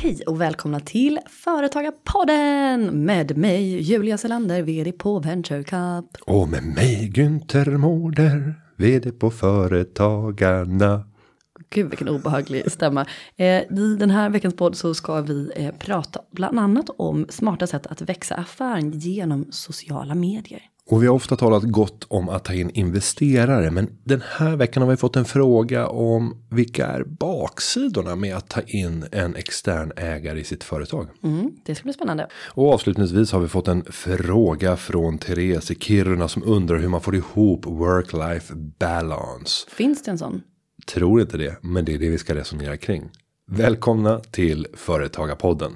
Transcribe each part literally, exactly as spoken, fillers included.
Hej och välkomna till Företagarpodden med mig Julia Selander, vd på Venture Cup. Och med mig Günther Mårder, vd på Företagarna. Gud vilken obehaglig stämma. Eh, I den här veckans podd så ska vi eh, prata bland annat om smarta sätt att växa affären genom sociala medier. Och vi har ofta talat gott om att ta in investerare, men den här veckan har vi fått en fråga om vilka är baksidorna med att ta in en extern ägare i sitt företag. Mm, det ska bli spännande. Och avslutningsvis har vi fått en fråga från Therese i Kiruna som undrar hur man får ihop work-life balance. Finns det en sån? Tror inte det, men det är det vi ska resonera kring. Välkomna till Företagarpodden.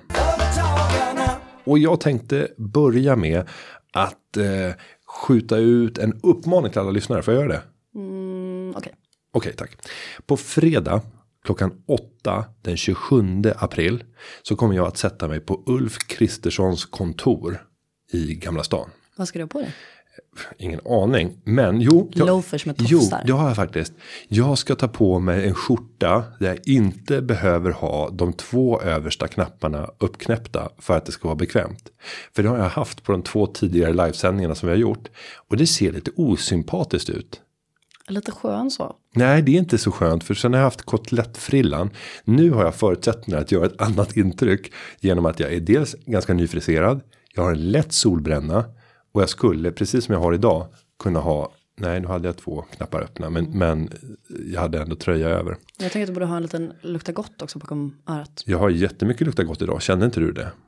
Och jag tänkte börja med att eh, skjuta ut en uppmaning till alla lyssnare. Får jag göra det? Mm, Okej. Okay. Okej, tack. På fredag klockan åtta den tjugosjunde april så kommer jag att sätta mig på Ulf Kristerssons kontor i Gamla stan. Vad ska du ha på dig? Ingen aning, men jo, jag, loafers med jo, tofsar. det har jag faktiskt. Jag ska ta på mig en skjorta där jag inte behöver ha de två översta knapparna uppknäppta för att det ska vara bekvämt. För det har jag haft på de två tidigare livesändningarna som vi har gjort. Och det ser lite osympatiskt ut. Lite skön så. Nej, det är inte så skönt, för sen har jag haft kotlettfrillan. Nu har jag förutsättningar att göra ett annat intryck genom att jag är dels ganska nyfriserad. Jag har en lätt solbränna. Och jag skulle, precis som jag har idag, kunna ha... Nej, nu hade jag två knappar öppna. Men, men jag hade ändå tröja över. Jag tänkte att du borde ha en liten lukta gott också bakom örat. Jag har jättemycket lukta gott idag. Kände inte du det?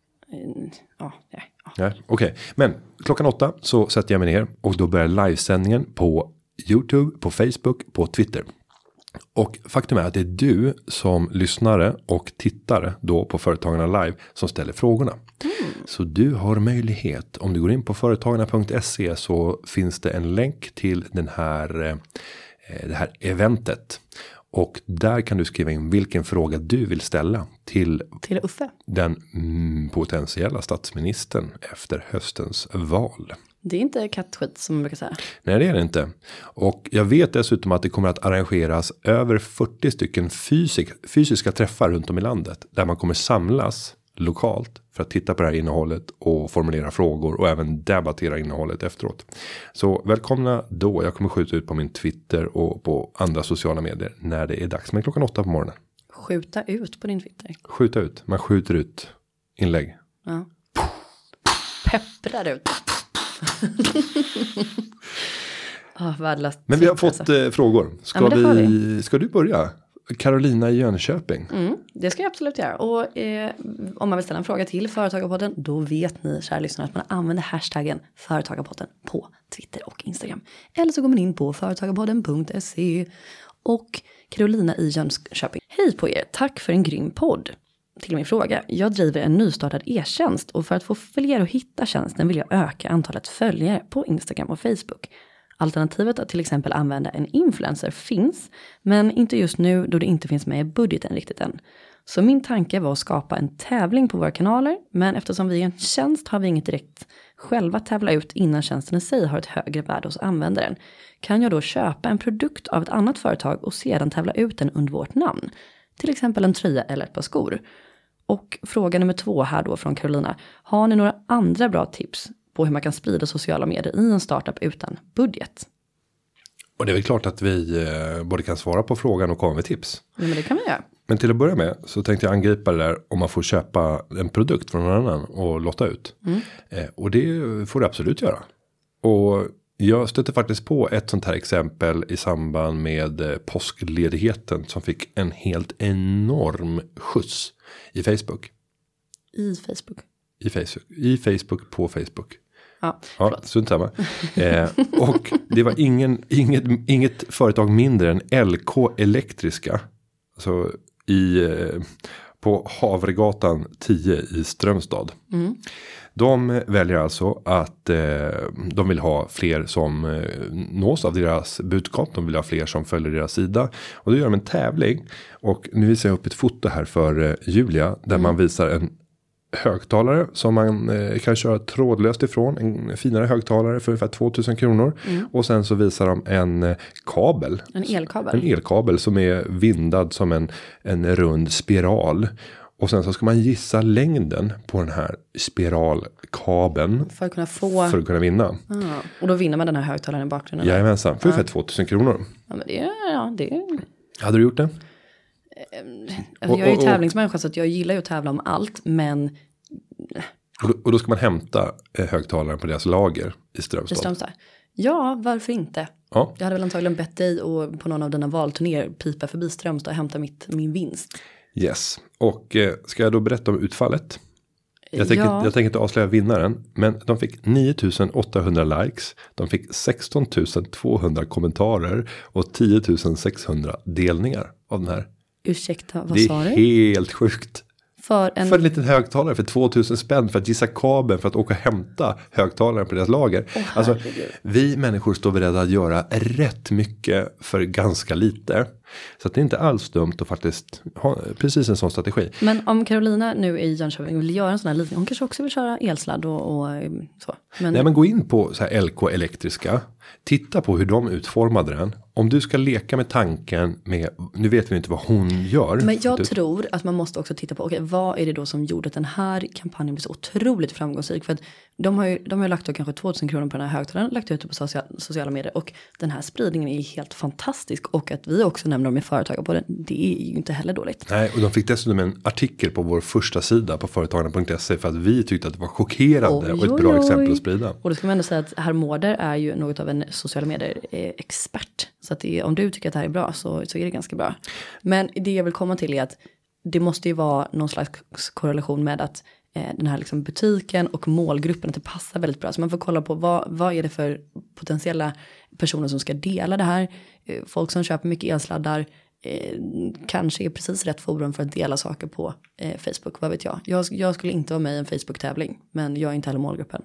Mm, ja, nej. Ja. Nej, okej. Okay. Men klockan åtta så sätter jag mig ner. Och då börjar livesändningen på YouTube, på Facebook, på Twitter. Och faktum är att det är du som lyssnare och tittare då på Företagarna Live som ställer frågorna. Mm. Så du har möjlighet, om du går in på företagarna punkt se så finns det en länk till den här, eh, det här eventet. Och där kan du skriva in vilken fråga du vill ställa till, till Uffe. Den mm, potentiella statsministern efter höstens val. Det är inte kattskit som man brukar säga. Nej, det är det inte. Och jag vet dessutom att det kommer att arrangeras över fyrtio stycken fysik, fysiska träffar runt om i landet. Där man kommer samlas lokalt för att titta på det här innehållet och formulera frågor och även debattera innehållet efteråt. Så välkomna då. Jag kommer skjuta ut på min Twitter och på andra sociala medier när det är dags. Men klockan åtta på morgonen. Skjuta ut på din Twitter? Skjuta ut. Man skjuter ut inlägg. Ja. Pepprar ut. oh, värdelöst. Men vi har fått eh, frågor. Ska, ja, vi, vi. ska du börja? Carolina i Jönköping. Mm, det ska jag absolut göra. Och eh, om man vill ställa en fråga till Företagarpodden, då vet ni, kära lyssnare, att man använder hashtaggen Företagarpodden på Twitter och Instagram. Eller så går man in på företagarpodden punkt se. Och Carolina i Jönköping. Hej på er, tack för en grym podd. Till min fråga, jag driver en nystartad e-tjänst och för att få fler att hitta tjänsten vill jag öka antalet följare på Instagram och Facebook. Alternativet att till exempel använda en influencer finns, men inte just nu då det inte finns med i budgeten riktigt än. Så min tanke var att skapa en tävling på våra kanaler, men eftersom vi är en tjänst har vi inget direkt själva tävla ut innan tjänsten i sig har ett högre värde hos användaren. Kan jag då köpa en produkt av ett annat företag och sedan tävla ut den under vårt namn? Till exempel en tröja eller ett par skor. Och fråga nummer två här då från Carolina. Har ni några andra bra tips på hur man kan sprida sociala medier i en startup utan budget? Och det är väl klart att vi eh, både kan svara på frågan och komma med tips. Ja, men det kan vi göra. Men till att börja med så tänkte jag angripa det där om man får köpa en produkt från någon annan och lotta ut. Mm. Eh, och det får du absolut göra. Och jag stötte faktiskt på ett sånt här exempel i samband med eh, påskledigheten som fick en helt enorm skjuts i Facebook. I Facebook? I Facebook, i Facebook på Facebook. Ja, ja sunt samma. eh, och det var ingen, inget, inget företag mindre än L K Elektriska. Alltså i, eh, på Havregatan tio i Strömstad. Mm. De väljer alltså att eh, de vill ha fler som eh, nås av deras budskap. De vill ha fler som följer deras sida. Och då gör de en tävling. Och nu visar jag upp ett foto här för eh, Julia. Där mm. man visar en högtalare som man eh, kan köra trådlöst ifrån. En finare högtalare för ungefär tvåtusen kronor. Mm. Och sen så visar de en eh, kabel. En elkabel. En elkabel som är vindad som en, en rund spiral. Och sen så ska man gissa längden på den här spiralkabeln. För att kunna få... För att kunna vinna. Ah, och då vinner man den här högtalaren i bakgrunden. Jajamensan, för ungefär ah. tvåtusen kronor. Ja, men det är... Ja, det är... Hade du gjort det? Alltså, jag är ju tävlingsmänniska så att jag gillar ju att tävla om allt. Men... Och då, och då ska man hämta högtalaren på deras lager i Strömstad. I Strömstad. Ja, varför inte? Ja. Jag hade väl antagligen bett dig och på någon av dina valturnéer pipa förbi Strömstad och hämta mitt, min vinst. Yes. Och eh, ska jag då berätta om utfallet? Jag tänker, ja. jag tänker inte avslöja vinnaren. Men de fick nio tusen åttahundra likes. De fick sexton tusen tvåhundra kommentarer. Och tio tusen sexhundra delningar av den här. Ursäkta, vad det sa du? Det är helt sjukt. För en... för en liten högtalare för tvåtusen spänn för att gissa kabeln för att åka och hämta högtalaren på deras lager. Oh, alltså, vi människor står beredda att göra rätt mycket för ganska lite. Så att det är inte alls dumt att faktiskt ha precis en sån strategi. Men om Carolina nu i Jönköping vill göra en sån här liten, hon kanske också vill köra elsladd och, och så. Men... Nej, men gå in på så här L K elektriska. Titta på hur de utformade den. Om du ska leka med tanken med, nu vet vi inte vad hon gör. Men jag du... tror att man måste också titta på, okej, okay, vad är det då som gjorde att den här kampanjen blev så otroligt framgångsrik? För att de har ju, de har ju lagt då kanske tvåtusen kronor på den här högtalaren, lagt ut det på sociala, sociala medier. Och den här spridningen är helt fantastisk. Och att vi också nämner dem i företag på det, det är ju inte heller dåligt. Nej, och de fick dessutom en artikel på vår första sida på företagarna punkt se för att vi tyckte att det var chockerande oj, och ett bra oj, exempel att sprida. Och då ska man ändå säga att herr Mårder är ju något av en sociala medier-expert. Så att det är, om du tycker att det här är bra så, så är det ganska bra. Men det jag vill komma till är att det måste ju vara någon slags korrelation med att eh, den här liksom butiken och målgruppen, att det passar väldigt bra. Så man får kolla på vad, vad är det för potentiella personer som ska dela det här. Eh, folk som köper mycket elsladdar eh, kanske är precis rätt forum för att dela saker på eh, Facebook, vad vet jag. jag. Jag skulle inte vara med i en Facebook-tävling, men jag är inte heller målgruppen.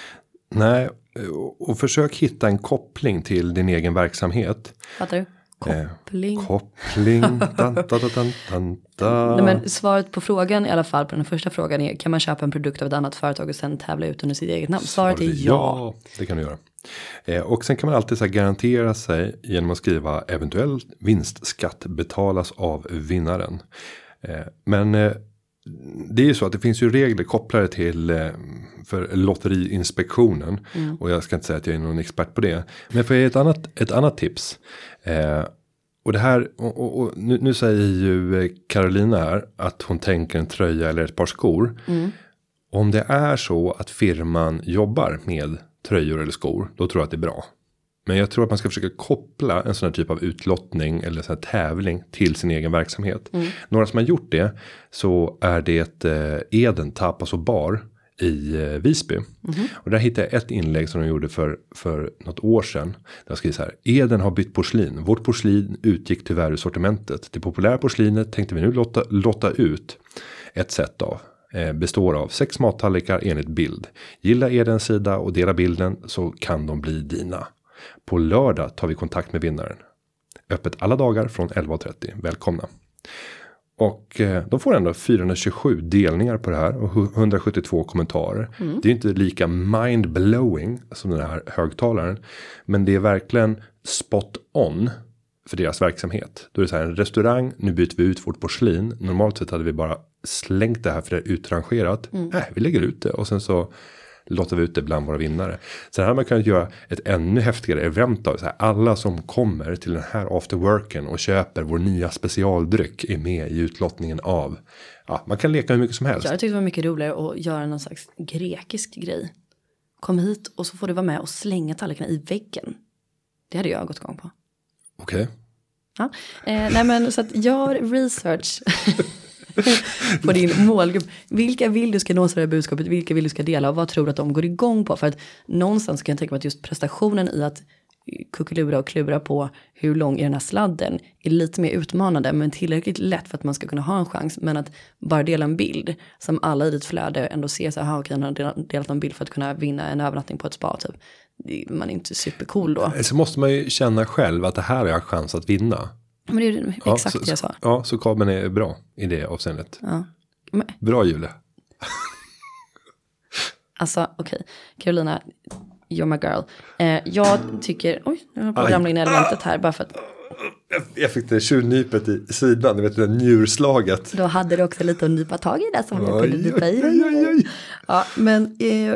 Nej, och försök hitta en koppling till din egen verksamhet. Fattar du? Koppling. Eh, koppling. Dan, dan, dan, dan, dan. Nej, men svaret på frågan i alla fall på den första frågan är, kan man köpa en produkt av ett annat företag och sen tävla ut under sitt eget namn? Svaret är ja. Ja, det kan du göra. Eh, och sen kan man alltid så här garantera sig genom att skriva eventuell vinstskatt betalas av vinnaren. Eh, men eh, det är ju så att det finns ju regler kopplade till eh, för lotteriinspektionen. Mm. Och jag ska inte säga att jag är någon expert på det. Men för ett annat, ett annat tips. Eh, och det här, och, och, och nu, nu säger ju Carolina här att hon tänker en tröja eller ett par skor. Mm. Om det är så att firman jobbar med tröjor eller skor, då tror jag att det är bra. Men jag tror att man ska försöka koppla en sån här typ av utlottning eller sån här tävling till sin egen verksamhet. Mm. Några som har gjort det, så är det eh, Eden Tapas och Bar i eh, Visby. Mm. Och där hittade jag ett inlägg som de gjorde för, för något år sedan. Där skriver så här: Eden har bytt porslin. Vårt porslin utgick tyvärr ur sortimentet. Det populära porslinet tänkte vi nu lotta, lotta ut ett set av. Eh, består av sex mattallrikar enligt bild. Gilla Edens sida och dela bilden så kan de bli dina. På lördag tar vi kontakt med vinnaren. Öppet alla dagar från elva trettio. Välkomna. Och eh, de får ändå fyrahundratjugosju delningar på det här. Och hundrasjuttiotvå kommentarer. Mm. Det är inte lika mind-blowing som den här högtalaren. Men det är verkligen spot on för deras verksamhet. Då är det så här: en restaurang, nu byter vi ut vårt porslin. Normalt sett hade vi bara slängt det här för det är utrangerat. Mm. Äh, vi lägger ut det och sen så låter vi ut det bland våra vinnare. Sen hade man kunnat göra ett ännu häftigare event av så här: alla som kommer till den här afterworken och köper vår nya specialdryck är med i utlottningen av. Ja, man kan leka hur mycket som helst. Jag tyckte det var mycket roligare att göra någon slags grekisk grej. Kom hit och så får du vara med och slänga tallrikarna i väggen. Det hade jag gått igång på. Okej. Okay. Ja, eh, nej men så att gör research på din målgrupp. Vilka vill du ska nås av det här budskapet? Vilka vill du ska dela? Och vad tror du att de går igång på? För att någonstans kan jag tänka mig att just prestationen i att kuckelura och klura på hur lång är den här sladden är lite mer utmanande, men tillräckligt lätt för att man ska kunna ha en chans. Men att bara dela en bild som alla i ditt flöde ändå ser så här, okej, han har delat en bild för att kunna vinna en övernattning på ett spa typ. Man är inte supercool då. Så måste man ju känna själv att det här är en chans att vinna. Men det är ju exakt ja, så, det jag sa. Ja, så kabeln är bra i det avseendet. Ja. Men, bra, Julia. alltså, okej. Okay. Carolina, you're my girl. Eh, jag tycker, oj, jag har på att ramla in i elementet här. Bara för att Jag fick det tjurnypet i sidan, du vet det där njurslaget. Då hade du också lite att nypa tag i det som du Oj, kunde nypa i. oj, oj, oj. Ja, men eh,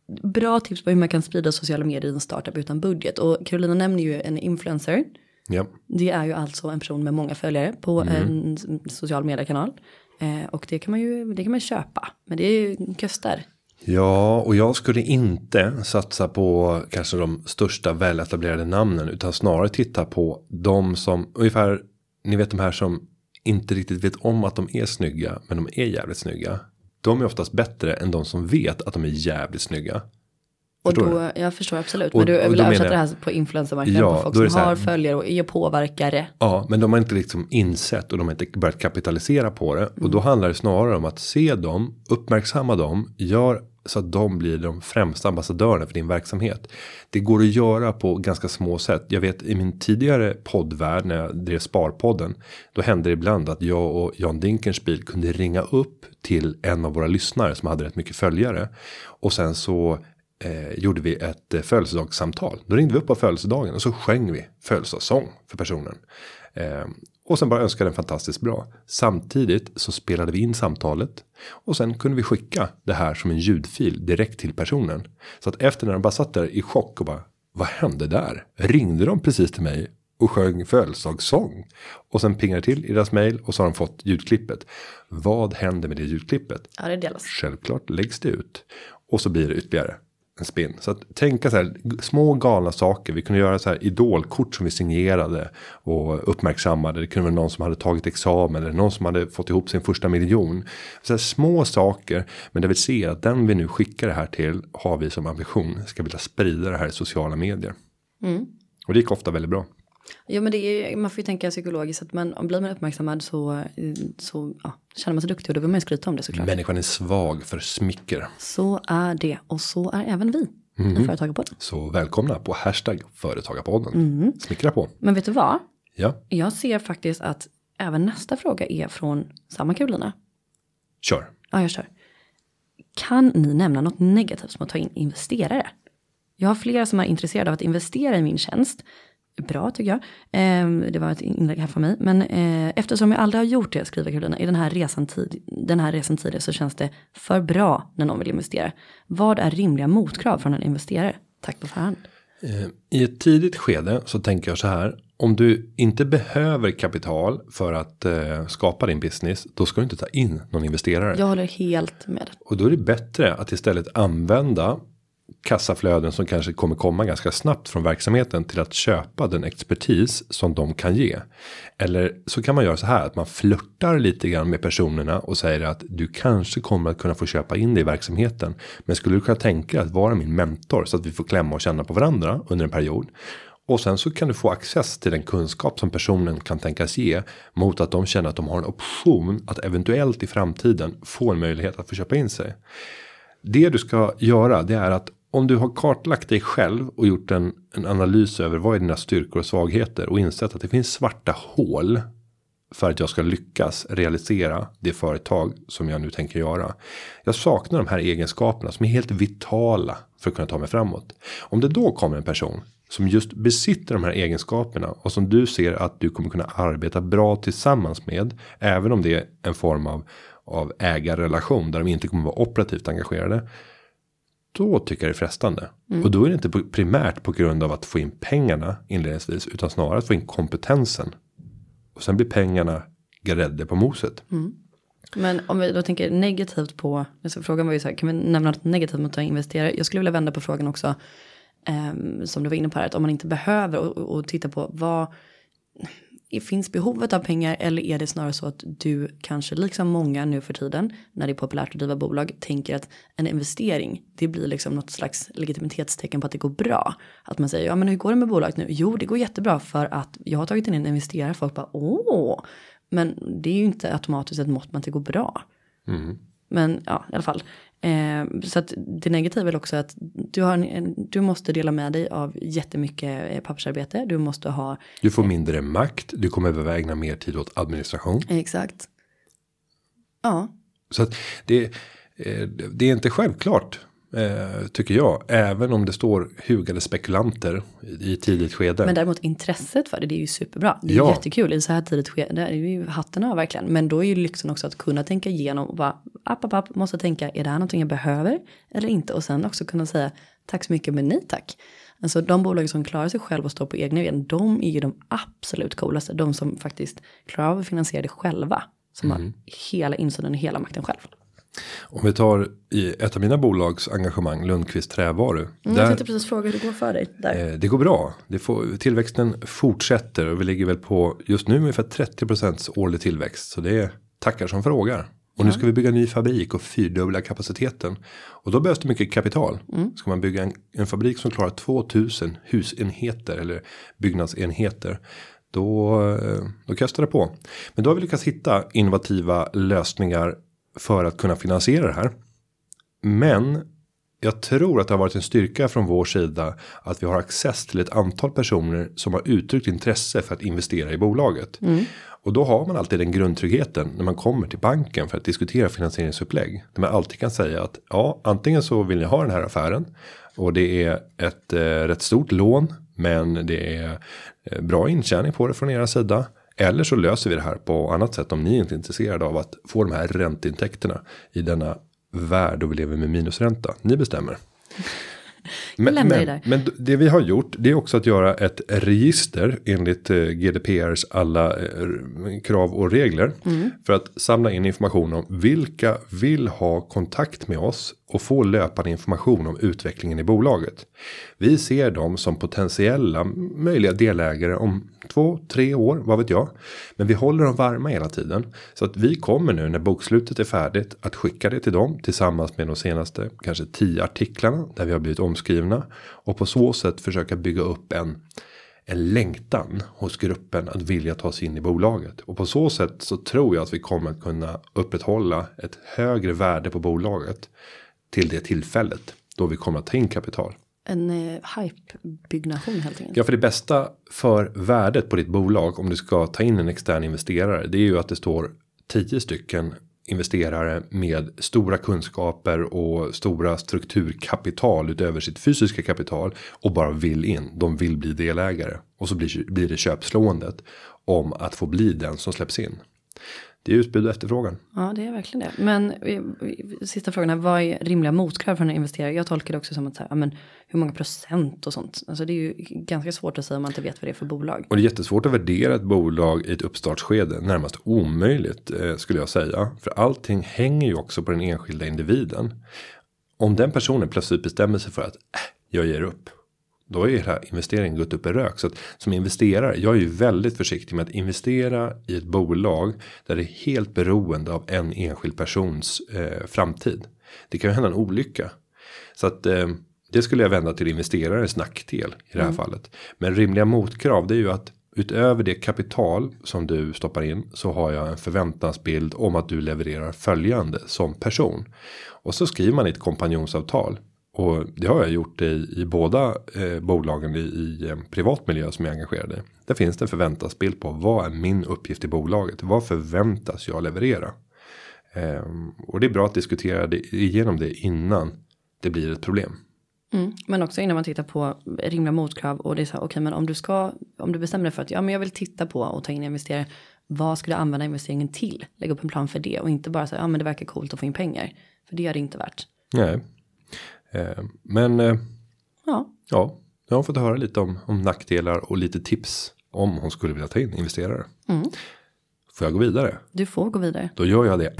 bra tips på hur man kan sprida sociala medier i en startup utan budget. Och Carolina nämner ju en influencer. Ja. Det är ju alltså en person med många följare på mm. en social mediekanal. Eh, och det kan man ju det kan man köpa. Men det är ju kostar. Ja, och jag skulle inte satsa på kanske de största väletablerade namnen. Utan snarare titta på de som, ungefär, ni vet de här som inte riktigt vet om att de är snygga. Men de är jävligt snygga. De är oftast bättre än de som vet att de är jävligt snygga. Och då, jag förstår absolut. Och, men du vill översätta jag, det här på influencermarknaden, ja, på folk som har här, följare och är påverkare. Ja, men de har inte liksom insett och de har inte börjat kapitalisera på det. Mm. Och då handlar det snarare om att se dem, uppmärksamma dem, gör så att de blir de främsta ambassadörerna för din verksamhet. Det går att göra på ganska små sätt. Jag vet i min tidigare poddvärld när jag drev Sparpodden, då hände det ibland att jag och Jan Dinkenspiel kunde ringa upp till en av våra lyssnare som hade rätt mycket följare. Och sen så Eh, gjorde vi ett eh, födelsedagssamtal. Då ringde vi upp på födelsedagen och så sjöng vi födelsedagssång för personen. Eh, och sen bara önskade den fantastiskt bra. Samtidigt så spelade vi in samtalet. Och sen kunde vi skicka det här som en ljudfil direkt till personen. Så att efter när de bara satt där i chock och bara, vad hände där? Ringde de precis till mig och sjöng födelsedagssång? Och sen pingade till i deras mejl och så har de fått ljudklippet. Vad händer med det ljudklippet? Ja, det delas. Självklart läggs det ut. Och så blir det ytterligare en spin. Så att tänka så här, små galna saker. Vi kunde göra så här idolkort som vi signerade och uppmärksammade. Det kunde vara någon som hade tagit examen eller någon som hade fått ihop sin första miljon. Så här små saker, men där vi ser att den vi nu skickar det här till har vi som ambition ska vilja sprida det här i sociala medier. Mm. Och det gick ofta väldigt bra. Ja, men det är, man får ju tänka psykologiskt att man, om blir man uppmärksammad så, så ja, känner man sig duktig och då vill man ju skryta om det såklart. Människan är svag för smicker. Så är det, och så är även vi mm. i Företagarpodden. Så välkomna på hashtag Företagarpodden. Mm. Smickra på. Men vet du vad? Ja. Jag ser faktiskt att även nästa fråga är från samma Carolina. Kör. Ja, jag kör. Kan ni nämna något negativt som att ta in investerare? Jag har flera som är intresserade av att investera i min tjänst. Bra tycker jag. Eh, det var ett inlägg här för mig. Men eh, eftersom jag aldrig har gjort det, skriver Carolina, i den här resan, tid, den här resan tidigare så känns det för bra när någon vill investera. Vad är rimliga motkrav från en investerare? Tack på förhand. Eh, I ett tidigt skede så tänker jag så här. Om du inte behöver kapital för att eh, skapa din business, då ska du inte ta in någon investerare. Jag håller helt med. Och då är det bättre att istället använda kassaflöden som kanske kommer komma ganska snabbt från verksamheten till att köpa den expertis som de kan ge. Eller så kan man göra så här att man flörtar lite grann med personerna och säger att du kanske kommer att kunna få köpa in det i verksamheten. Men skulle du kunna tänka att vara min mentor så att vi får klämma och känna på varandra under en period. Och sen så kan du få access till den kunskap som personen kan tänkas ge mot att de känner att de har en option att eventuellt i framtiden få en möjlighet att få köpa in sig. Det du ska göra det är att om du har kartlagt dig själv och gjort en, en analys över vad är dina styrkor och svagheter och insett att det finns svarta hål för att jag ska lyckas realisera det företag som jag nu tänker göra. Jag saknar de här egenskaperna som är helt vitala för att kunna ta mig framåt. Om det då kommer en person som just besitter de här egenskaperna och som du ser att du kommer kunna arbeta bra tillsammans med, även om det är en form av, av ägarrelation där de inte kommer vara operativt engagerade, då tycker jag det är frestande. Mm. Och då är det inte primärt på grund av att få in pengarna inledningsvis, utan snarare att få in kompetensen. Och sen blir pengarna grädde på moset. Mm. Men om vi då tänker negativt på, alltså frågan var ju så här, kan vi nämna något negativt mot att investera? Jag skulle vilja vända på frågan också, um, som du var inne på här, att om man inte behöver och, och titta på vad, finns behovet av pengar eller är det snarare så att du kanske liksom många nu för tiden när det är populärt att driva bolag tänker att en investering det blir liksom något slags legitimitetstecken på att det går bra. Att man säger ja men hur går det med bolaget nu? Jo det går jättebra för att jag har tagit in en investerare. Folk bara åh men det är ju inte automatiskt ett mått på att det går bra. Mm. Men ja i alla fall. Eh, så att det negativa är väl också att du, har en, en, du måste dela med dig av jättemycket pappersarbete. Du måste ha... Du får mindre makt. Du kommer behöva ägna mer tid åt administration. Exakt. Ja. Så att det, eh, det är inte självklart eh, tycker jag. Även om det står hugade spekulanter i, i tidigt skede. Men däremot intresset för det, det är ju superbra. Det är ja. jättekul i så här tidigt skede. Det är ju hatten av verkligen. Men då är ju lyxen också att kunna tänka igenom och bara, app, app, app, måste tänka, är det här någonting jag behöver eller inte? Och sen också kunna säga, tack så mycket men nej tack. Alltså de bolag som klarar sig själv och står på egna ben, de är ju de absolut coolaste. De som faktiskt klarar av att finansiera det själva. Som mm. har hela insynen och hela makten själv. Om vi tar i ett av mina bolags engagemang, Lundqvist Trävaru. Mm, där, jag tänkte precis fråga hur det går för dig där. Eh, det går bra. Det får, tillväxten fortsätter och vi ligger väl på just nu ungefär trettio procent årlig tillväxt. Så det är tackar som frågar. Och nu ska vi bygga en ny fabrik och fyrdubbla kapaciteten. Och då behövs det mycket kapital. Mm. Ska man bygga en, en fabrik som klarar tvåtusen husenheter eller byggnadsenheter. Då, då kastar det på. Men då har vi lyckats hitta innovativa lösningar för att kunna finansiera det här. Men jag tror att det har varit en styrka från vår sida att vi har access till ett antal personer som har uttryckt intresse för att investera i bolaget. Mm. Och då har man alltid den grundtryggheten när man kommer till banken för att diskutera finansieringsupplägg. Där man alltid kan säga att ja, antingen så vill jag ha den här affären och det är ett eh, rätt stort lån men det är eh, bra intjäning på det från era sida. Eller så löser vi det här på annat sätt om ni inte är intresserade av att få de här ränteintäkterna i denna värld och vi lever med minusränta. Ni bestämmer. Men, men, men det vi har gjort det är också att göra ett register enligt eh, G D P R:s alla eh, krav och regler. Mm. För att samla in information om vilka vill ha kontakt med oss och få löpande information om utvecklingen i bolaget. Vi ser dem som potentiella möjliga delägare om två, tre år, vad vet jag. Men vi håller dem varma hela tiden. Så att vi kommer nu när bokslutet är färdigt att skicka det till dem tillsammans med de senaste kanske tio artiklarna där vi har blivit omskrivna. Och på så sätt försöka bygga upp en, en längtan hos gruppen att vilja ta sig in i bolaget. Och på så sätt så tror jag att vi kommer att kunna upprätthålla ett högre värde på bolaget till det tillfället då vi kommer att ta in kapital. En eh, hype-byggnation helt enkelt. Ja, för det bästa för värdet på ditt bolag om du ska ta in en extern investerare. Det är ju att det står tio stycken investerare med stora kunskaper och stora strukturkapital utöver sitt fysiska kapital. Och bara vill in, de vill bli delägare. Och så blir, blir det köpslåendet om att få bli den som släpps in. Det är utbud och efterfrågan. Ja, det är verkligen det. Men sista frågan här, vad är rimliga motkrav för en investerare? Jag tolkar det också som att så här, men hur många procent och sånt. Alltså det är ju ganska svårt att säga om man inte vet vad det är för bolag. Och det är jättesvårt att värdera ett bolag i ett uppstartsskede. Närmast omöjligt eh, skulle jag säga. För allting hänger ju också på den enskilda individen. Om den personen plötsligt bestämmer sig för att äh, jag ger upp. Då är hela investeringen gått upp i rök. Så att som investerare, jag är ju väldigt försiktig med att investera i ett bolag där det är helt beroende av en enskild persons eh, framtid. Det kan ju hända en olycka. Så att eh, det skulle jag vända till investerarens nackdel i det här mm. fallet. Men rimliga motkrav det är ju att utöver det kapital som du stoppar in så har jag en förväntansbild om att du levererar följande som person. Och så skriver man ett kompanjonsavtal. Och det har jag gjort i, i båda eh, bolagen i, i eh, privat miljö som jag är engagerad i. Där finns det en förväntansbild på vad är min uppgift i bolaget. Vad förväntas jag leverera? Eh, och det är bra att diskutera det, igenom det innan det blir ett problem. Mm, men också innan man tittar på rimliga motkrav och det är så här, okej okay, men om du ska, om du bestämmer dig för att ja men jag vill titta på och ta in investerare. Vad ska du använda investeringen till? Lägg upp en plan för det och inte bara säga ja men det verkar coolt att få in pengar. För det är det inte värt. Nej. Eh, men eh, ja. ja, jag har fått höra lite om, om nackdelar och lite tips om hon skulle vilja ta in investerare. Mm. Får jag gå vidare? Du får gå vidare. Då gör jag det.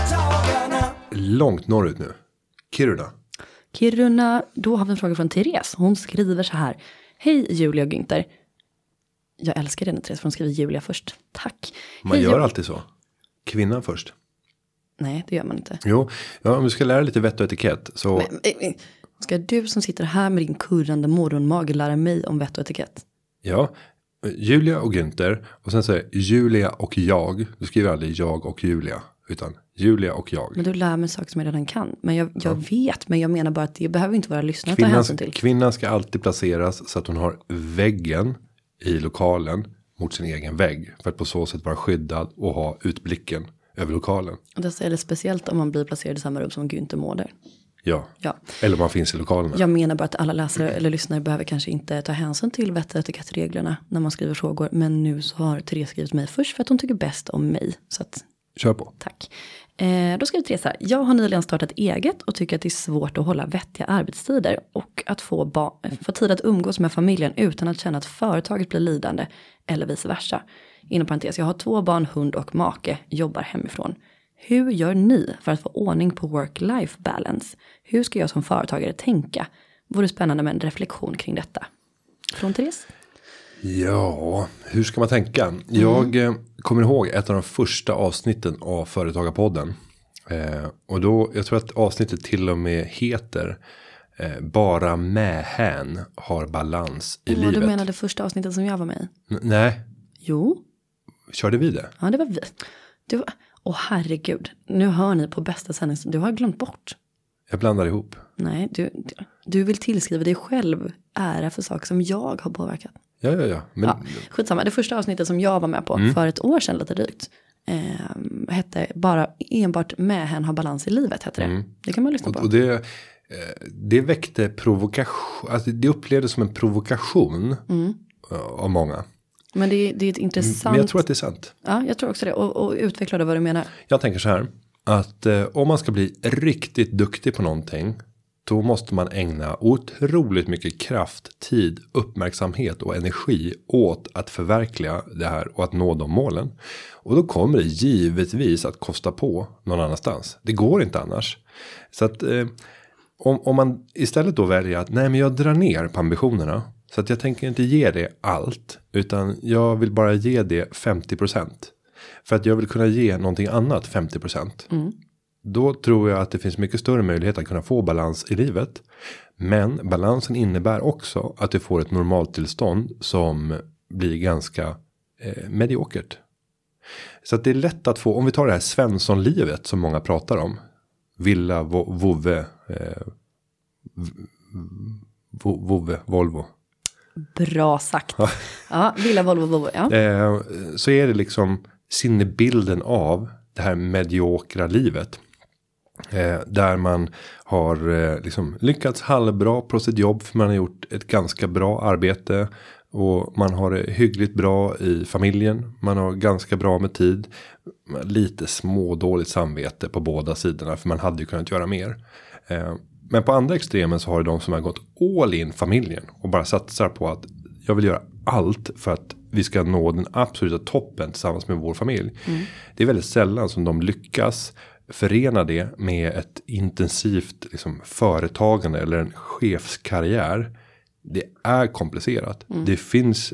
Långt norrut nu. Kiruna. Kiruna, då har vi en fråga från Therese. Hon skriver så här. Hej Julia och Günther. Jag älskar den Therese för hon skriver Julia först. Tack. Man Hej, gör Julia. alltid så. Kvinnan först. Nej, det gör man inte. Jo, ja, om du ska lära lite vett och etikett så... Men, ska du som sitter här med din kurrande morgonmage lära mig om vett och etikett? Ja, Julia och Günther. Och sen säger Julia och jag. Du skriver aldrig jag och Julia. Utan Julia och jag. Men du lär mig saker som jag redan kan. Men jag, jag ja. vet, men jag menar bara att det behöver inte vara lyssnare ta hänsyn till. Kvinnan ska alltid placeras så att hon har väggen i lokalen mot sin egen vägg. För att på så sätt vara skyddad och ha utblicken över lokalen. Och det är speciellt om man blir placerad i samma rum som Günther Mårder. Ja. Ja. Eller man finns i lokalerna. Jag menar bara att alla läsare eller lyssnare behöver kanske inte ta hänsyn till vett- och etikettreglerna när man skriver frågor. Men nu så har Therese skrivit mig först för att hon tycker bäst om mig. Så att, kör på. Tack. Eh, då skriver Therese här. Jag har nyligen startat eget och tycker att det är svårt att hålla vettiga arbetstider. Och att få, ba- få tid att umgås med familjen utan att känna att företaget blir lidande. Eller vice versa. Inom parentes, jag har två barn, hund och make. Jobbar hemifrån. Hur gör ni för att få ordning på work-life balance? Hur ska jag som företagare tänka? Vore spännande med en reflektion kring detta. Från Therese? Ja, hur ska man tänka? Mm. Jag eh, kommer ihåg ett av de första avsnitten av Företagarpodden. Eh, och då, jag tror att avsnittet till och med heter eh, Bara mähän har balans i oh, livet. Du menar det första avsnittet som jag var med i? N- nej. Jo. Körde vi det? Ja, det var vi. Det var... Åh herregud, nu hör ni på bästa sändning. Du har glömt bort. Jag blandar ihop. Nej, du, du vill tillskriva dig själv ära för saker som jag har påverkat. Ja, ja, ja. Men... ja skitsamma, det första avsnittet som jag var med på mm. för ett år sedan lite drygt. Eh, hette bara enbart mähän har balans i livet, hette det. Mm. Det kan man lyssna på. Och, och det, det väckte provokation, alltså det upplevdes som en provokation mm. av många. Men det, det är ett intressant... Men jag tror att det är sant. Ja, jag tror också det. Och, och utveckla då vad du menar. Jag tänker så här. Att eh, om man ska bli riktigt duktig på någonting. Då måste man ägna otroligt mycket kraft, tid, uppmärksamhet och energi åt att förverkliga det här och att nå de målen. Och då kommer det givetvis att kosta på någon annanstans. Det går inte annars. Så att eh, om, om man istället då väljer att nej men jag drar ner på ambitionerna. Så att jag tänker inte ge det allt. Utan jag vill bara ge det femtio procent. För att jag vill kunna ge någonting annat femtio procent. Mm. Då tror jag att det finns mycket större möjlighet att kunna få balans i livet. Men balansen innebär också att du får ett normaltillstånd som blir ganska eh, mediokert. Så att det är lätt att få, om vi tar det här Svensson-livet som många pratar om. Villa, vo, vove, eh, vo, vove, Volvo. Bra sagt. Ja, Villa, Volvo, Volvo, ja. Eh, så är det liksom sinnebilden av det här mediokra livet. Eh, där man har eh, liksom lyckats halvbra på sitt jobb. För man har gjort ett ganska bra arbete. Och man har det hyggligt bra i familjen. Man har ganska bra med tid. Lite smådåligt samvete på båda sidorna. För man hade ju kunnat göra mer. Eh, men på andra extremen så har det de som har gått all in familjen. Och bara satsar på att jag vill göra allt för att vi ska nå den absoluta toppen tillsammans med vår familj. Mm. Det är väldigt sällan som de lyckas förena det med ett intensivt liksom, företagande eller en chefskarriär. Det är komplicerat. Mm. Det finns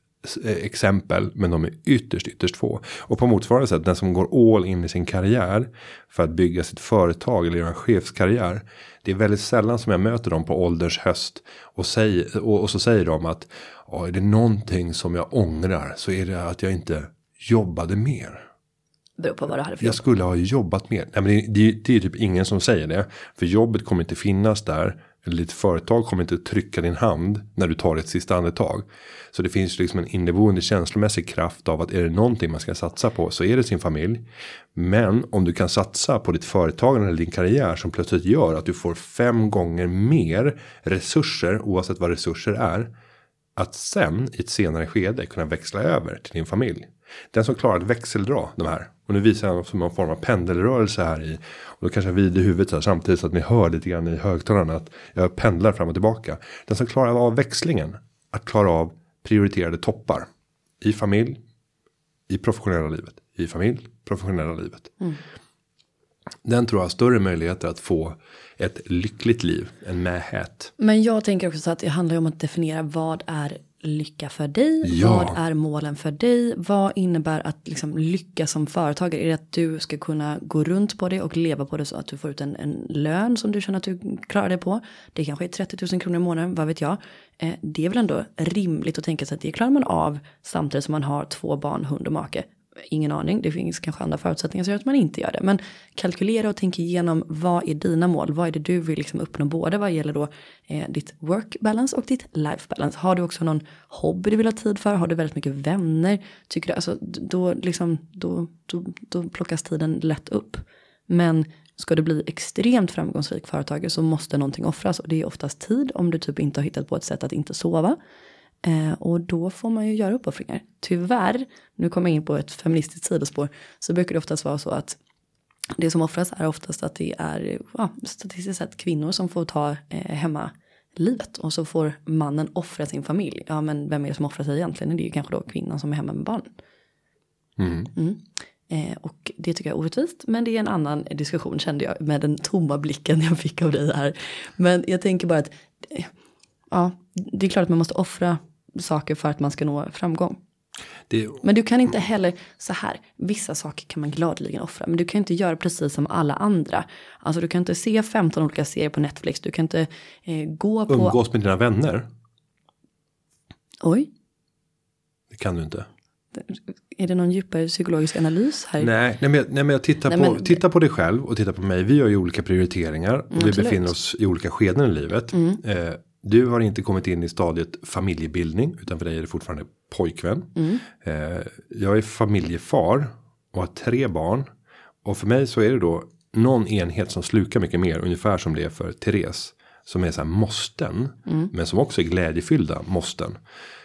exempel, men de är ytterst, ytterst få. Och på motsvarande sätt, den som går all in i sin karriär för att bygga sitt företag eller göra en chefskarriär. Det är väldigt sällan som jag möter dem på ålders höst och, säger, och, och så säger de att är det någonting som jag ångrar så är det att jag inte jobbade mer. Beror på vad du hade för Jag skulle ha jobbat mer. Nej, men det, det, det är typ ingen som säger det. För jobbet kommer inte finnas där. Eller ditt företag kommer inte trycka din hand när du tar ett sista andetag. Så det finns liksom en inneboende känslomässig kraft av att är det någonting man ska satsa på så är det sin familj. Men om du kan satsa på ditt företag eller din karriär som plötsligt gör att du får fem gånger mer resurser oavsett vad resurser är. Att sen i ett senare skede kunna växla över till din familj. Den som klarar att växeldra de här. Och nu visar jag som en form av pendelrörelse här i. Och då kanske jag vrider huvudet så här, samtidigt så att ni hör lite grann i högtalarna att jag pendlar fram och tillbaka. Den som klarar av växlingen. Att klara av prioriterade toppar. I familj. I professionella livet. I familj. Professionella livet. Mm. Den tror jag har större möjligheter att få ett lyckligt liv än mähät. Men jag tänker också så att det handlar om att definiera vad är lycka för dig? Ja. Vad är målen för dig? Vad innebär att liksom lycka som företagare? Är det att du ska kunna gå runt på det och leva på det så att du får ut en, en lön som du känner att du klarar dig på? Det kanske är trettio tusen kronor i månaden, vad vet jag. Eh, det är väl ändå rimligt att tänka sig att det klarar man av samtidigt som man har två barn, hund och make. Ingen aning, det finns kanske andra förutsättningar som gör att man inte gör det. Men kalkylera och tänka igenom vad är dina mål? Vad är det du vill liksom uppnå både vad gäller då eh, ditt work balance och ditt life balance? Har du också någon hobby du vill ha tid för? Har du väldigt mycket vänner? Tycker du, alltså, då, liksom, då, då, då plockas tiden lätt upp. Men ska du bli extremt framgångsrik företagare så måste någonting offras. Och det är oftast tid om du typ inte har hittat på ett sätt att inte sova. Eh, och då får man ju göra uppoffringar. Tyvärr, nu kommer jag in på ett feministiskt sidospår, så brukar det oftast vara så att det som offras är oftast att det är ja, statistiskt sett kvinnor som får ta eh, hemma livet. Och så får mannen offra sin familj. Ja, men vem är det som offrar sig egentligen? Det är ju kanske då kvinnan som är hemma med barnen. Mm. Mm. Eh, och det tycker jag är orättvist. Men det är en annan diskussion, kände jag, med den tomma blicken jag fick av dig här. Men jag tänker bara att eh, ja, det är klart att man måste offra saker för att man ska nå framgång. Det... Men du kan inte heller, så här, vissa saker kan man gladeligen offra. Men du kan inte göra precis som alla andra. Alltså du kan inte se femton olika serier på Netflix. Du kan inte eh, gå på... Umgås med dina vänner. Oj. Det kan du inte. Är det någon djupare psykologisk analys här? Nej, nej, men, nej men jag tittar, nej, på, men... titta på dig själv och titta på mig. Vi gör ju olika prioriteringar. Och mm, vi befinner oss i olika skeden i livet. Mm. Eh, du har inte kommit in i stadiet familjebildning. Utan för dig är det fortfarande pojkvän. Mm. Eh, jag är familjefar och har tre barn. Och för mig så är det då någon enhet som slukar mycket mer. Ungefär som det är för Therese. Som är så här måsten. Mm. Men som också är glädjefyllda måsten.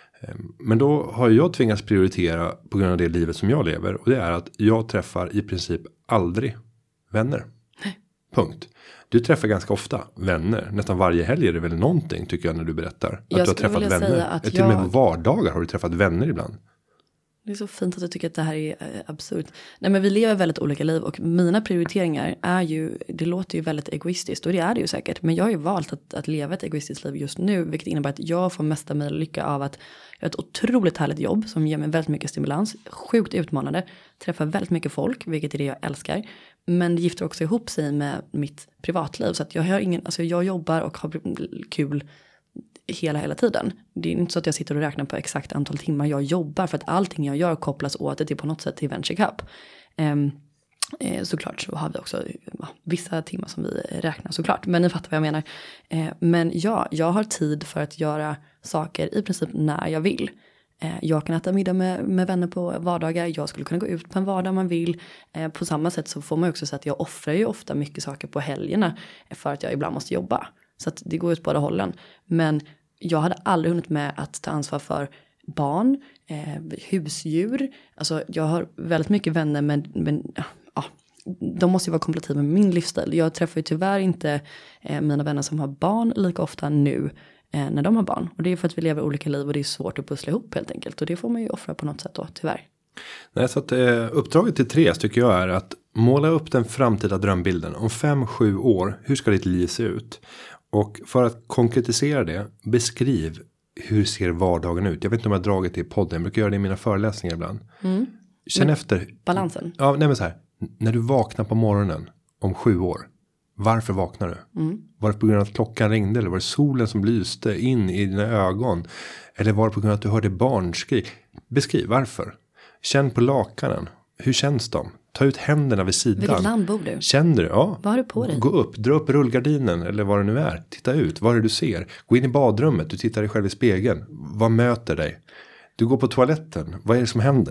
Men då har jag tvingats prioritera på grund av det livet som jag lever. Och det är att jag träffar i princip aldrig vänner. Nej. Punkt. Du träffar ganska ofta vänner. Nästan varje helg är det väl någonting tycker jag när du berättar. Att jag du har träffat vänner. Att till jag... och med på vardagar har du träffat vänner ibland. Det är så fint att du tycker att det här är äh, absurt. Nej, men vi lever väldigt olika liv. Och mina prioriteringar är ju, det låter ju väldigt egoistiskt. Och det är det ju säkert. Men jag har ju valt att, att leva ett egoistiskt liv just nu. Vilket innebär att jag får mesta möjliga lycka av att jag har ett otroligt härligt jobb. Som ger mig väldigt mycket stimulans. Sjukt utmanande. Träffar väldigt mycket folk. Vilket är det jag älskar. Men det gifter också ihop sig med mitt privatliv. Så att jag har ingen, alltså jag jobbar och har kul hela hela tiden. Det är inte så att jag sitter och räknar på exakt antal timmar jag jobbar. För att allting jag gör kopplas åt det på något sätt till Venture Cup. Um, eh, såklart så har vi också ja, vissa timmar som vi räknar såklart. Men ni fattar vad jag menar. Eh, men ja, jag har tid för att göra saker i princip när jag vill. Eh, jag kan äta middag med, med vänner på vardagar. Jag skulle kunna gå ut på en vardag om man vill. Eh, på samma sätt så får man också säga att jag offrar ju ofta mycket saker på helgerna. För att jag ibland måste jobba. Så att det går ut på båda hållen. Men jag hade aldrig hunnit med att ta ansvar för barn, eh, husdjur. Alltså jag har väldigt mycket vänner men, men ja, de måste ju vara kompatibla med min livsstil. Jag träffar ju tyvärr inte eh, mina vänner som har barn lika ofta nu eh, när de har barn. Och det är för att vi lever olika liv och det är svårt att pussla ihop helt enkelt. Och det får man ju offra på något sätt då, tyvärr. Nej, så att eh, uppdraget till Therese tycker jag är att måla upp den framtida drömbilden. Om fem, sju år, hur ska ditt liv se ut? Och för att konkretisera det, beskriv hur ser vardagen ut. Jag vet inte om jag har dragit det i podden, jag brukar göra det i mina föreläsningar ibland. Mm. Känn men, efter. Balansen. Ja, nej men så här. När du vaknar på morgonen om sju år, varför vaknar du? Mm. Var det på grund av att klockan ringde eller var det solen som lyste in i dina ögon? Eller var det på grund av att du hörde barnskrik? Beskriv varför. Känn på lakanen. Hur känns de? Ta ut händerna vid sidan. Vilket land bor du? Känner du? Ja. Vad har du på dig? Gå upp, dra upp rullgardinen eller vad det nu är. Titta ut, vad är det du ser? Gå in i badrummet, du tittar dig själv i spegeln. Vad möter dig? Du går på toaletten, vad är det som händer?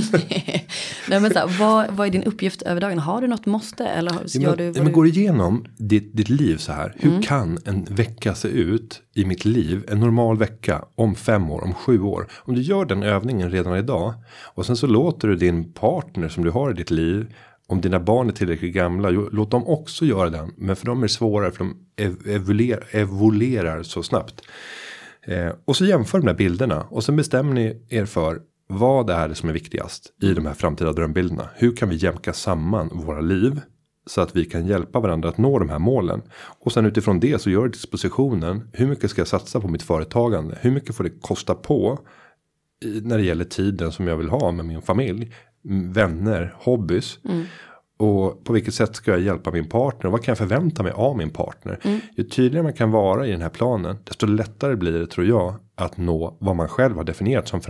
Nej, men så här, vad, vad är din uppgift över dagen? Har du något måste? Eller gör ja, men, du, ja, men du... går du igenom ditt, ditt liv så här. Hur mm. kan en vecka se ut i mitt liv? En normal vecka om fem år, om sju år. Om du gör den övningen redan idag. Och sen så låter du din partner som du har i ditt liv. Om dina barn är tillräckligt gamla, låt dem också göra den. Men för dem är det svårare, för de evoluerar, evoluerar så snabbt. Eh, och så jämför de här bilderna. Och så bestämmer ni er för vad är det som är viktigast i de här framtida drömbilderna. Hur kan vi jämka samman våra liv så att vi kan hjälpa varandra att nå de här målen. Och sen utifrån det så gör dispositionen. Hur mycket ska jag satsa på mitt företagande? Hur mycket får det kosta på i, när det gäller tiden som jag vill ha med min familj? Vänner, hobbys. Mm. Och på vilket sätt ska jag hjälpa min partner? Och vad kan jag förvänta mig av min partner? Mm. Ju tydligare man kan vara i den här planen, desto lättare blir det, tror jag, att nå vad man själv har definierat som framgång.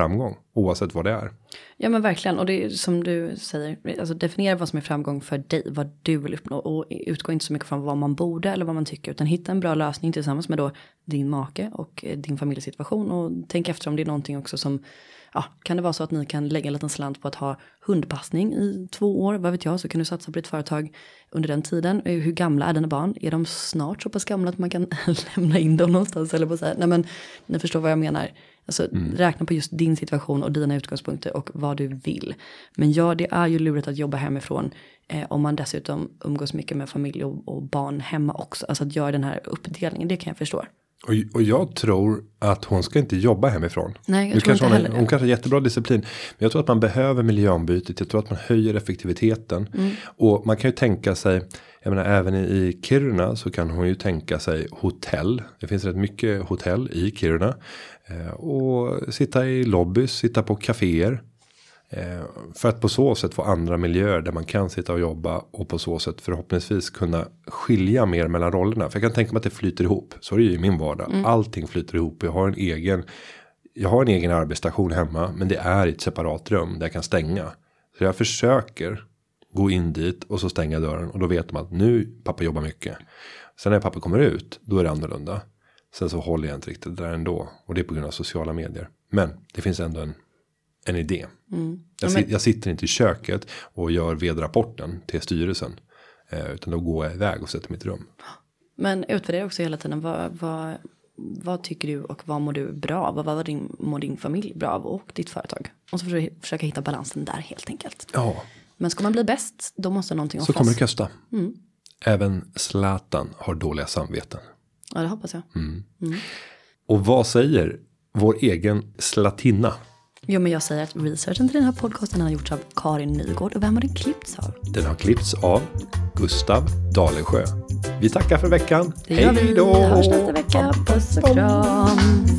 Oavsett vad det är. Ja men verkligen, och det är som du säger, alltså definiera vad som är framgång för dig, vad du vill uppnå, och utgå inte så mycket från vad man borde eller vad man tycker, utan hitta en bra lösning tillsammans med då din make och din familjesituation, och tänk efter om det är någonting också som, ja, kan det vara så att ni kan lägga en liten slant på att ha hundpassning i två år, vad vet jag, så kan du satsa på ditt företag under den tiden. Hur gamla är dina barn? Är de snart så pass gamla att man kan lämna in dem någonstans eller på så här? Nej men, ni förstår vad jag menar. Alltså mm. räkna på just din situation och dina utgångspunkter och vad du vill. Men ja, det är ju lurigt att jobba hemifrån eh, om man dessutom umgås mycket med familj och, och barn hemma också. Alltså att göra den här uppdelningen, det kan jag förstå. Och, och jag tror att hon ska inte jobba hemifrån. Nej, jag nu tror kanske inte hon, heller hon kanske har jättebra disciplin. Men jag tror att man behöver miljöombytet. Jag tror att man höjer effektiviteten. Mm. Och man kan ju tänka sig, jag menar även i Kiruna så kan hon ju tänka sig hotell. Det finns rätt mycket hotell i Kiruna. Eh, och sitta i lobbys, sitta på kaféer. Eh, för att på så sätt få andra miljöer där man kan sitta och jobba. Och på så sätt förhoppningsvis kunna skilja mer mellan rollerna. För jag kan tänka mig att det flyter ihop. Så är det ju i min vardag. Mm. Allting flyter ihop. Jag har en egen, jag har en egen arbetsstation hemma. Men det är ett separat rum där jag kan stänga. Så jag försöker gå in dit och så stänga dörren. Och då vet man att nu pappa jobbar mycket. Sen när pappa kommer ut, då är det annorlunda. Sen så håller jag inte riktigt där ändå. Och det är på grund av sociala medier. Men det finns ändå en, en idé. Mm. Jag, men... jag sitter inte i köket och gör vedrapporten till styrelsen. Eh, utan då går jag iväg och sätter mitt rum. Men utvärdera också hela tiden. Vad, vad, vad tycker du och vad mår du bra av? Vad, vad din, mår din familj bra av och ditt företag? Och så försöka, försöka hitta balansen där helt enkelt. Ja. Men ska man bli bäst, då måste någonting offras. Så kommer det kosta. Mm. Även Zlatan har dåliga samveten. Ja, det hoppas jag. Mm. Mm. Och vad säger vår egen Zlatina? Jo, men jag säger att researchen till den här podcasten har gjorts av Karin Nygård. Och vem har den klippts av? Den har klippts av Gustav Dalesjö. Vi tackar för veckan. Det gör vi. Hej då! Vi hörs nästa vecka. Puss och kram.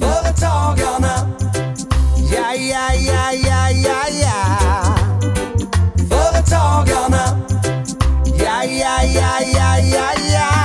Företagarna. Ja, ja, ja, ja, ja, ja. Företagarna. Ja, ja, ja, ja, ja, ja.